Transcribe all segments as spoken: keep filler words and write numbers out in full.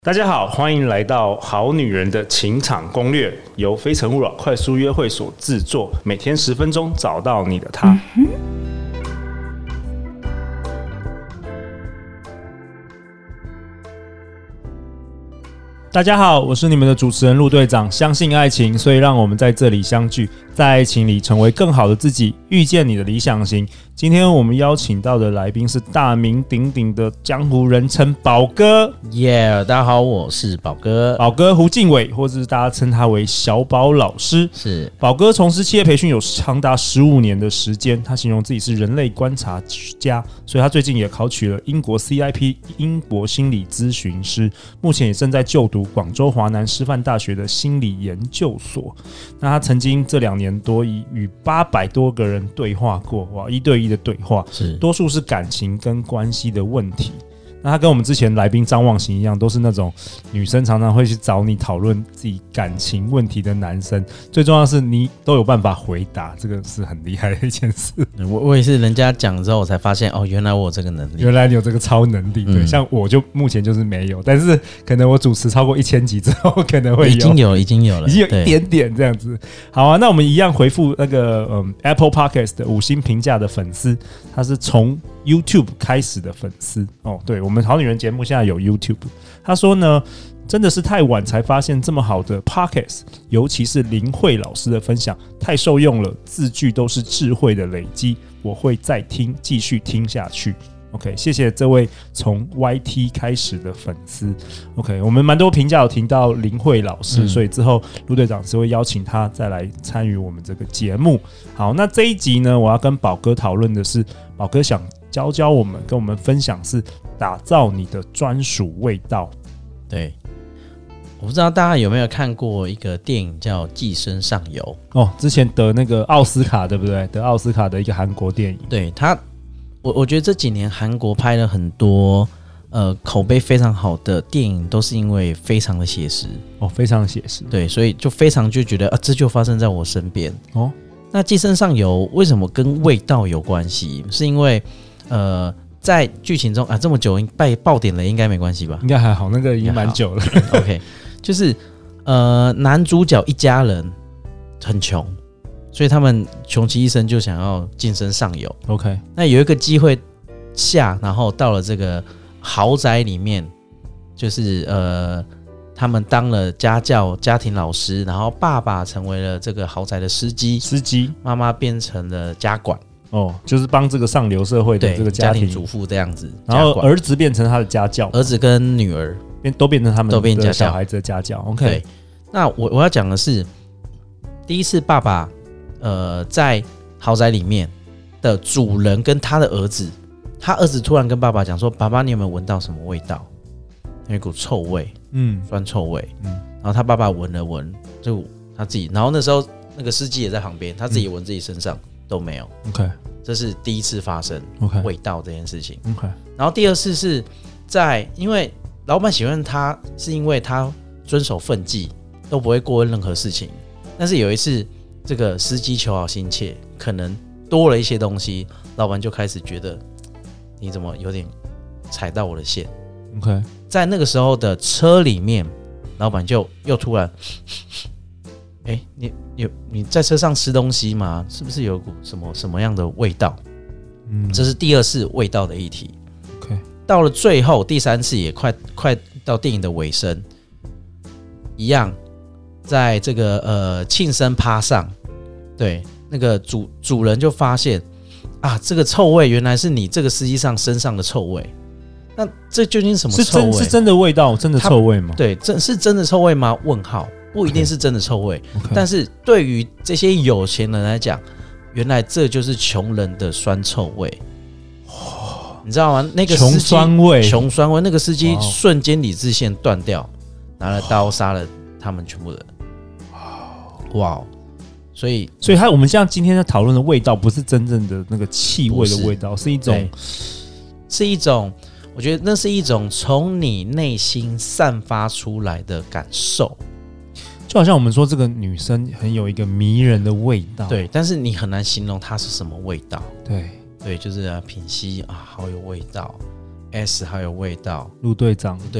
大家好，欢迎来到《好女人的情场攻略》，由非诚勿扰快速约会所制作，每天十分钟，找到你的他。嗯大家好，我是你们的主持人陆队长。相信爱情，所以让我们在这里相聚，在爱情里成为更好的自己，遇见你的理想型。今天我们邀请到的来宾是大名鼎鼎的江湖人称宝哥。 耶、yeah, 大家好，我是宝哥。 宝哥胡敬伟，或者是大家称他为小宝老师。 是宝哥从事企业培训有长达十五年的时间，他形容自己是人类观察家，所以他最近也考取了英国 C I P 英国心理咨询师，目前也正在就读广州华南师范大学的心理研究所。那他曾经这两年多以与八百多个人对话过，哇，一对一的对话， 是多数是感情跟关系的问题。那他跟我们之前来宾张望行一样，都是那种女生常常会去找你讨论自己感情问题的男生。最重要的是你都有办法回答，这个是很厉害的一件事。 我我也是人家讲之后我才发现，哦，原来我有这个能力， 原来你有这个超能力。对，嗯、像我就目前就是没有，但是可能我主持超过一千集之后，可能会有， 已经有了，已经有了， 已经有一点点这样子。好啊，那我们一样回复那个嗯 Apple Podcast 的五星评价的粉丝，他是从YouTube 开始的粉丝哦，对，我们好女人节目现在有 YouTube。他说呢，真的是太晚才发现这么好的 Podcast， 尤其是林慧老师的分享太受用了，字句都是智慧的累积，我会再听，继续听下去。OK， 谢谢这位从 Y T 开始的粉丝。OK， 我们蛮多评价有提到林慧老师、嗯，所以之后陆队长是会邀请他再来参与我们这个节目。好，那这一集呢，我要跟宝哥讨论的是，宝哥想教教我们，跟我们分享是打造你的专属味道。 对，我不知道大家有没有看过一个电影叫《寄生上游》 哦，之前得那个奥斯卡，对不对？得奥斯卡的一个韩国电影。 对他。我, 我觉得这几年韩国拍了很多呃口碑非常好的电影，都是因为非常的写实哦，非常写实， 对，所以就非常就觉得啊，这就发生在我身边哦。那寄生上游为什么跟味道有关系？是因为呃在剧情中啊这么久被爆点了，应该没关系吧？ 应该还好，那个已经蛮久了。 OK， 就是呃男主角一家人很穷。所以他们穷其一生就想要晋升上游 ，OK。 那有一个机会下，然后到了这个豪宅里面，就是呃，他们当了家教、家庭老师，然后爸爸成为了这个豪宅的司机， 司机， 妈妈变成了家管， 哦，就是帮这个上流社会的这个家 庭, 家庭主妇这样子， 然后儿子变成他的家教， 儿子跟女儿变都变成他们的小孩子的家教 ，OK。 对，那我我要讲的是，第一次爸爸。呃，在豪宅里面的主人跟他的儿子，他儿子突然跟爸爸讲说：“爸爸，你有没有闻到什么味道？有一股臭味，嗯，酸臭味。嗯，然后他爸爸闻了闻，就他自己，然后那时候那个司机也在旁边，他自己闻自己身上、嗯、都没有。OK， 这是第一次发生 OK 味道这件事情。 OK， 然后第二次是在，因为老板喜欢他，是因为他遵守分际，都不会过问任何事情。但是有一次。这个司机求好心切，可能多了一些东西，老板就开始觉得你怎么有点踩到我的线。 OK， 在那个时候的车里面，老板就又突然，哎、欸，你你你在车上吃东西吗？是不是有股什么什么样的味道？嗯，这是第二次味道的议题。 OK， 到了最后第三次也快快到电影的尾声，一样。在这个呃庆生趴上，对那个主主人就发现啊，这个臭味原来是你这个司机上身上的臭味。那这究竟是什么臭味？ 是真是真的味道，真的臭味吗？ 对，真是真的臭味吗？问号，不一定是真的臭味。 Okay. 但是对于这些有钱人来讲，原来这就是穷人的酸臭味。哦、你知道吗？那个司机穷酸味， 穷酸味，那个司机瞬间理智线断掉，拿了刀杀了他们全部人。哇，所以所以他我们像今天在讨论的味道，不是真正的那个气味的味道，是一种， 是一种，我觉得那是一种从你内心散发出来的感受， 就好像我们说这个女生很有一个迷人的味道， 对，但是你很难形容它是什么味道， 对对，就是啊，品熙啊，好有味道 ，S 好有味道， 陆队长， 陆队长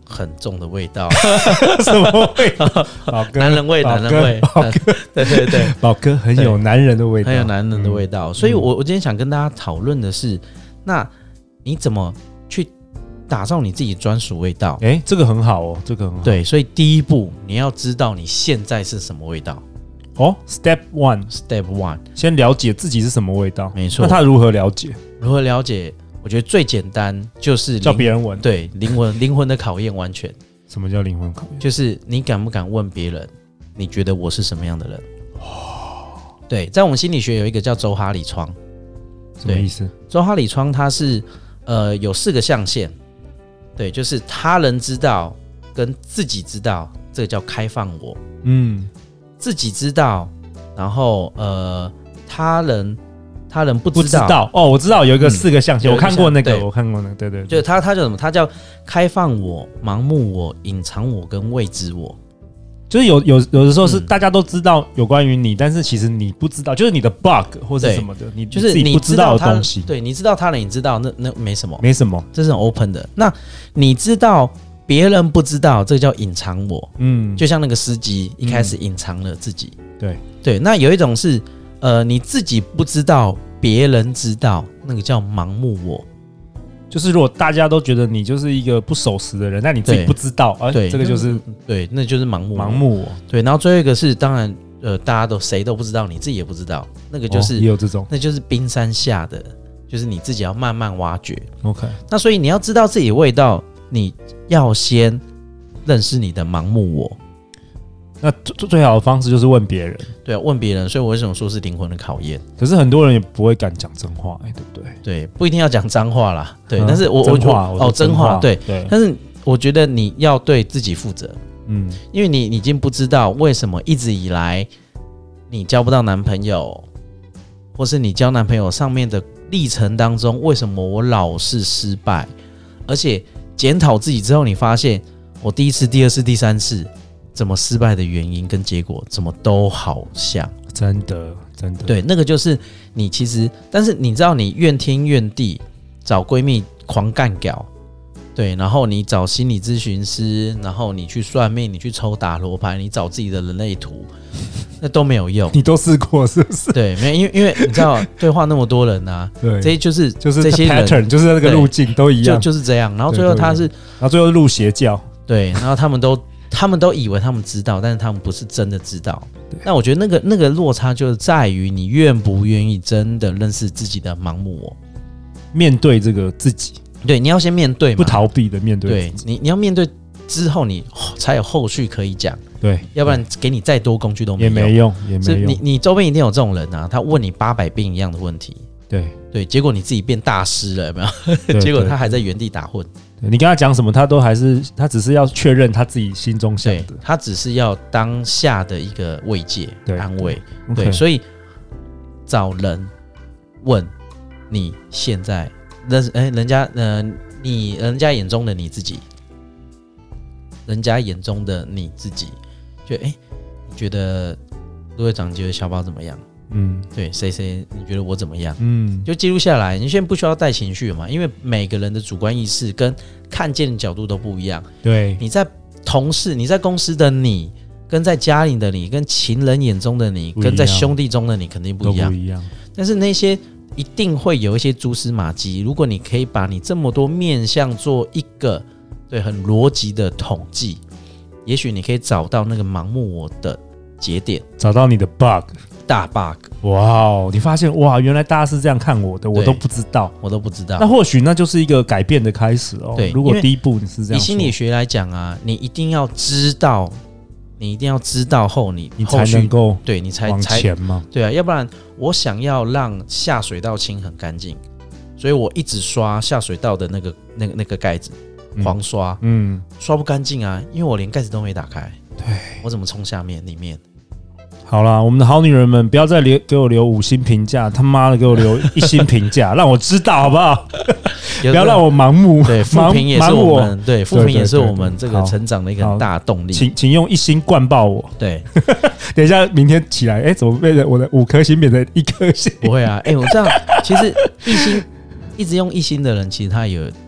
很重的味道， 什么味道？宝哥， 男人味，男人味， 宝哥， 对对对， 宝哥很有男人的味道， 很有男人的味道。嗯、所以我，我今天想跟大家讨论的是，那你怎么去打造你自己专属味道？ 哎、欸，这个很好哦，这个很好。 对，所以第一步你要知道你现在是什么味道。 哦 ，Step One，Step One， 先了解自己是什么味道。 没错。 那他如何了解？ 如何了解？我觉得最简单就是叫别人闻。 对，灵魂灵魂的考验，完全。 什么叫灵魂考验？ 就是你敢不敢问别人，你觉得我是什么样的人？哦，对，在我们心理学有一个叫周哈里窗。 什么意思？ 周哈里窗它是呃有四个象限。对，就是他人知道跟自己知道，这个叫开放我。嗯。自己知道，然后呃，他人他人不知道， 不知道哦，我知道有一个四个象限、嗯，我看过那个，我看过那个，对 对, 对， 就是他他叫什么？他叫开放我、盲目我、隐藏我跟未知我。 就是有有有的时候是大家都知道有关于你、嗯，但是其实你不知道，就是你的 bug 或是什么的，你就是你不知道的东西。 对，你知道他人，你知道那那没什么， 没什么， 这是很 open 的。那你知道？别人不知道，这个叫隐藏我。嗯，就像那个司机一开始隐藏了自己。 嗯、对对，那有一种是，呃，你自己不知道，别人知道，那个叫盲目我。 就是如果大家都觉得你就是一个不守时的人，那你自己不知道，啊，这个就是对，那就是盲目盲目我。 对，然后最后一个是，当然，呃，大家都谁都不知道，你自己也不知道，那个就是、 哦、也有这种， 那就是冰山下的，就是你自己要慢慢挖掘。 OK， 那所以你要知道自己的味道。你要先认识你的盲目我， 那最最好的方式就是问别人。 对啊，问别人。所以我为什么说是灵魂的考验？ 可是很多人也不会敢讲真话，哎、欸，对不对？ 对，不一定要讲脏话啦。对，嗯、但是我真话我哦真话，对对。但是我觉得你要对自己负责，嗯，因为你已经不知道为什么一直以来你交不到男朋友，或是你交男朋友上面的历程当中，为什么我老是失败，而且。检讨自己之后，你发现我第一次、第二次、第三次怎么失败的原因跟结果怎么都好像， 真的真的对，那个就是你其实，但是你知道你怨天怨地，找闺蜜狂干屌，对，然后你找心理咨询师，然后你去算命，你去抽打罗牌，你找自己的人类图，那都没有用。 你都试过是不是？ 对，没有，因为因为你知道对话那么多人啊，对，这些就是就是这些 pattern， 就是那个路径都一样， 就就是这样。然后最后他是， 然后最后入邪教， 对，然后他们都他们都以为他们知道，但是他们不是真的知道。那我觉得那个那个落差就在于你愿不愿意真的认识自己的盲目我， 面对这个自己。 对，你要先面对嘛， 不逃避的面对。 对你，你要面对之后，你才有后续可以讲。 对， 要不然给你再多工具都没用，也没用，也没用。 你你周边一定有这种人啊，他问你八百遍一样的问题。 对对，结果你自己变大师了，有没有？结果他还在原地打混。 你跟他讲什么，他都还是他只是要确认他自己心中想的， 他只是要当下的一个慰藉、安慰。 对， 对 okay. 所以找人问你现在。人哎，人家呃，你人家眼中的你自己，人家眼中的你自己，就哎，你觉得陆队长觉得小宝怎么样？嗯，对，谁谁你觉得我怎么样？嗯，就记录下来。你现在不需要带情绪嘛，因为每个人的主观意识跟看见的角度都不一样。 对， 你在同事、你在公司的你，跟在家里的你，跟情人眼中的你，跟在兄弟中的你肯定不一样。 都不一样。 但是那些。一定会有一些蛛丝马迹。如果你可以把你这么多面向做一个对很逻辑的统计，也许你可以找到那个盲目我的节点， 找到你的 bug 大 bug。 哇哦，你发现哇，原来大家是这样看我的，我都不知道， 我都不知道。 那或许那就是一个改变的开始哦。 对， 如果第一步你是这样说， 以心理学来讲啊，你一定要知道。你一定要知道后你， 你才能够对你才往前嘛。 对啊，要不然我想要让下水道清很干净，所以我一直刷下水道的那个那个那个盖子，狂刷，嗯，刷不干净啊，因为我连盖子都没打开。 对， 我怎么冲下面里面？ 好啦，我们的好女人们，不要再留给我留五星评价，他妈的给我留一星评价，让我知道好不好？不要让我盲目。 对，负评也是我们，对，负评也是我们这个成长的一个很大动力。 请请用一星灌爆我。 对， 等一下明天起来，哎、欸，怎么变成我的五颗星变成一颗星？ 不会啊，哎、欸，我这样其实一星一直用一星的人，其实他有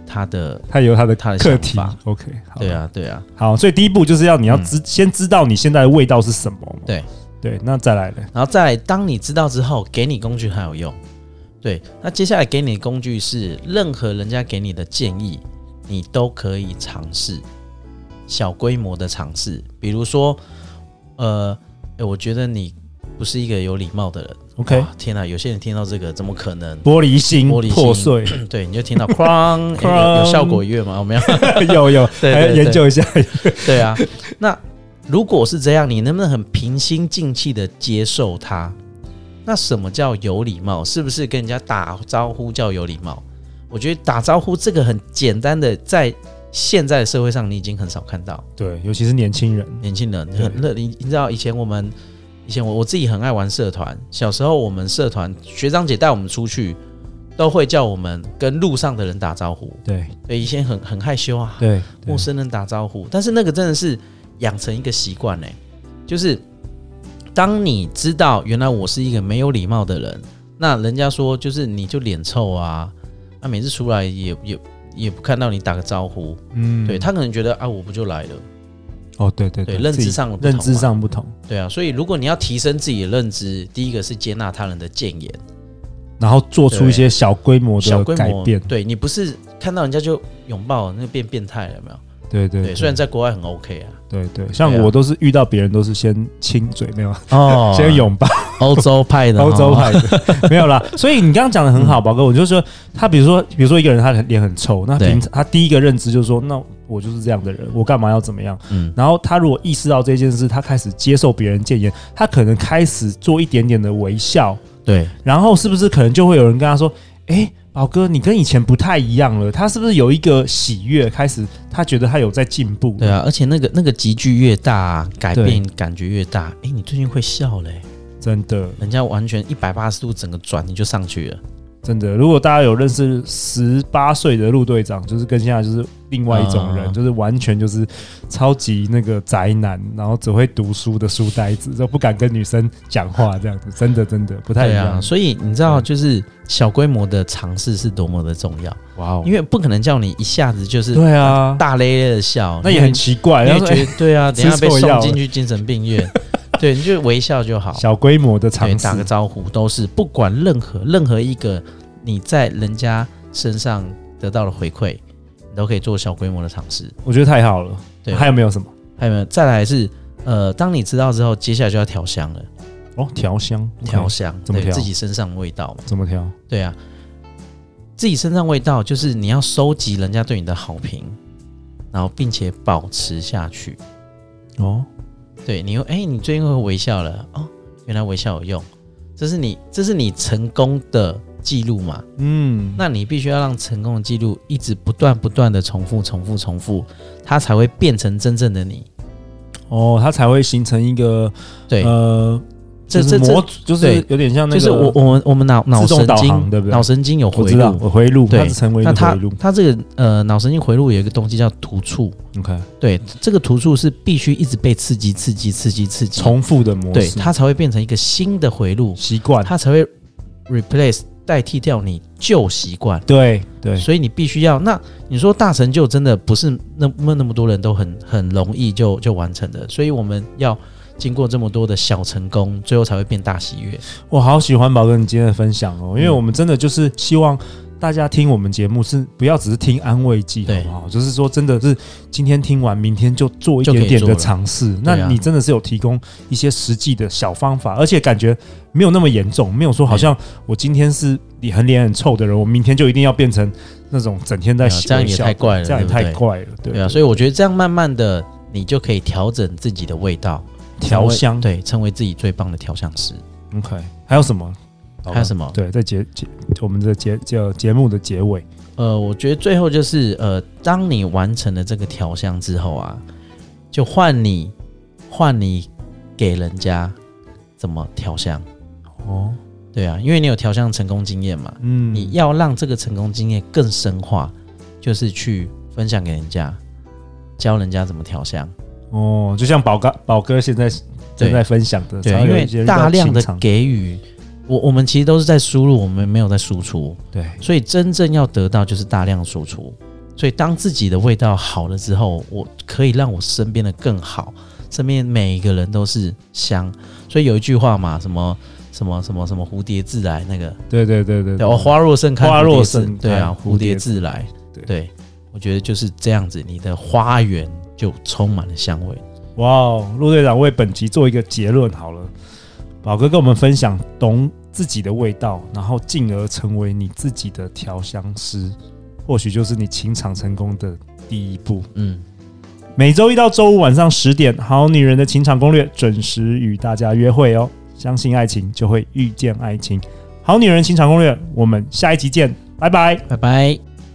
他的他有他的他的课题想法。 OK， 好， 对啊，对啊， 好，所以第一步就是要你要知、嗯、先知道你现在的味道是什么。 对对，那再来呢？ 然后再来，当你知道之后，给你工具很有用。对，那接下来给你的工具是任何人家给你的建议，你都可以尝试，小规模的尝试。比如说，呃，我觉得你不是一个有礼貌的人。 OK， 天哪，有些人听到这个怎么可能？ 玻璃心， 玻璃心破碎。 对，你就听到哐，欸、有, 有效果乐吗？有没有？ 有有， 对对对， 研究一下。 对啊，那如果是这样，你能不能很平心静气的接受它？那什么叫有礼貌？是不是跟人家打招呼叫有礼貌？我觉得打招呼这个很简单的，在现在的社会上你已经很少看到。 对，尤其是年轻人， 年轻人很你你知道以前我们以前我我自己很爱玩社团，小时候我们社团学长姐带我们出去，都会叫我们跟路上的人打招呼。 对对，以前很很害羞啊， 对， 陌生人打招呼，但是那个真的是养成一个习惯嘞，就是当你知道原来我是一个没有礼貌的人，那人家说就是你就脸臭啊，那、啊、每次出来也也也不看到你打个招呼，嗯，对他可能觉得啊我不就来了， 哦对对 对, 对，认知上认知上不同， 对啊，所以如果你要提升自己的认知，第一个是接纳他人的谏言， 然后做出一些小规模的改变， 对你不是看到人家就拥抱，那变变态了有没有？ 对 对, 对, 对，虽然在国外很 OK 啊， 对对，像我都是遇到别人都是先亲嘴，没有哦， 先拥抱， 欧洲派的， 欧洲派的没有啦。所以你刚刚讲的很好，宝哥，我就说他比如说，比如说一个人他脸很臭，那平他第一个认知就是说，那我就是这样的人，我干嘛要怎么样？嗯，然后他如果意识到这件事，他开始接受别人谏言，他可能开始做一点点的微笑， 对， 然后是不是可能就会有人跟他说，哎。宝哥，你跟以前不太一样了。他是不是有一个喜悦？开始他觉得他有在进步。 对啊，而且那个那个集距越大，改变感觉越大。哎，你最近会笑嘞、欸， 真的， 人家完全一百八十度整个转，你就上去了。 真的，如果大家有认识十八岁的陆队长，就是跟现在就是另外一种人，嗯、就是完全就是超级那个宅男，然后只会读书的书呆子，就不敢跟女生讲话这样子，真的真的不太一样。 啊、所以你知道，就是小规模的尝试是多么的重要。哇哦！因为不可能叫你一下子就是对啊大咧咧的笑， 那也很奇怪。 因为觉得对啊，等一下被送进去精神病院。对，你就微笑就好。 小规模的尝试， 打个招呼都是，不管任何任何一个你在人家身上得到的回馈，你都可以做小规模的尝试。 我觉得太好了。对，还有没有什么？ 还有没有？再来是呃，当你知道之后，接下来就要调香了。 哦，调香， 调香， 怎么调？ 自己身上的味道嘛。 怎么调？ 对啊，自己身上味道就是你要收集人家对你的好评，然后并且保持下去。哦。对，你哎、欸，你最近会微笑了哦，原来微笑有用，这是你这是你成功的记录嘛？嗯，那你必须要让成功的记录一直不断不断的重复、重复、重复，它才会变成真正的你。 哦，它才会形成一个对呃。这这模就是有点像那个， 就是我我们我们脑脑神经， 对不对？ 脑神经有回路， 回路， 对， 它是成为一个回路。 它这个呃脑神经回路有一个东西叫突触 ，OK， 对，这个突触是必须一直被刺激、刺激、刺激、刺激， 重复的模式， 对，它才会变成一个新的回路习惯， 它才会 replace 代替掉你旧习惯。 对对， 所以你必须要。那你说大成就真的不是那么那么多人都很很容易就就完成的，所以我们要。经过这么多的小成功，最后才会变大喜悦。 我好喜欢宝哥你今天的分享哦，因为我们真的就是希望大家听我们节目是不要只是听安慰剂，好不好？就是说真的是今天听完，明天就做一点点的尝试。那你真的是有提供一些实际的小方法，而且感觉没有那么严重，没有说好像我今天是你很脸很臭的人，我明天就一定要变成那种整天在这样也太怪了， 这样也太怪了，对对啊。所以我觉得这样慢慢的，你就可以调整自己的味道。 调香， 对，成为自己最棒的调香师。 OK， 还有什么？ 还有什么？ 对，在节节我们的节节节目的结尾， 呃，我觉得最后就是呃，当你完成了这个调香之后啊，就换你换你给人家怎么调香哦。对啊，因为你有调香成功经验嘛，嗯，你要让这个成功经验更深化，就是去分享给人家，教人家怎么调香。哦， 就像宝哥宝哥现在正在分享的， 对，因为大量的给予，我我们其实都是在输入，我们没有在输出， 对， 所以真正要得到就是大量输出， 所以当自己的味道好了之后，我可以让我身边的更好，身边每一个人都是香。所以有一句话嘛，什么什么什么什么蝴蝶自来那个， 对对对对对， 哦，花若盛开， 花若盛开， 对啊，蝴蝶自来，对，对我觉得就是这样子，你的花园就充满了香味。 哇哦，陆队长为本集做一个结论好了，宝哥跟我们分享懂自己的味道，然后进而成为你自己的调香师，或许就是你情场成功的第一步。嗯，每周一到周五晚上十点，好女人的情场攻略准时与大家约会哦。相信爱情，就会遇见爱情。好女人情场攻略，我们下一集见，拜拜， 拜拜。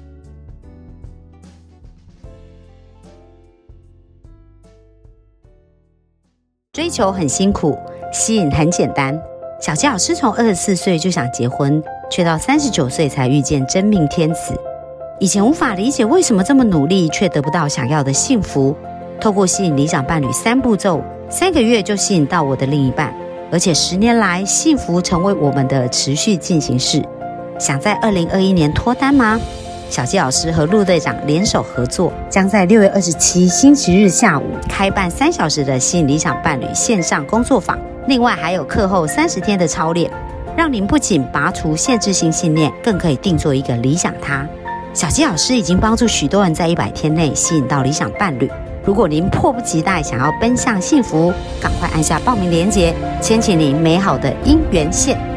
追求很辛苦，吸引很简单。小纪老师从二十四岁就想结婚，却到三十九岁才遇见真命天子。以前无法理解为什么这么努力却得不到想要的幸福。透过吸引理想伴侣三步骤，三个月就吸引到我的另一半，而且十年来幸福成为我们的持续进行式。想在二零二一年脱单吗？小纪老师和陆队长联手合作，将在六月二十七星期日下午开办三小时的吸引理想伴侣线上工作坊，另外还有课后三十天的操练，让您不仅拔除限制性信念，更可以定做一个理想他。小纪老师已经帮助许多人在一百天内吸引到理想伴侣。如果您迫不及待想要奔向幸福，赶快按下报名链接，牵起您美好的姻缘线。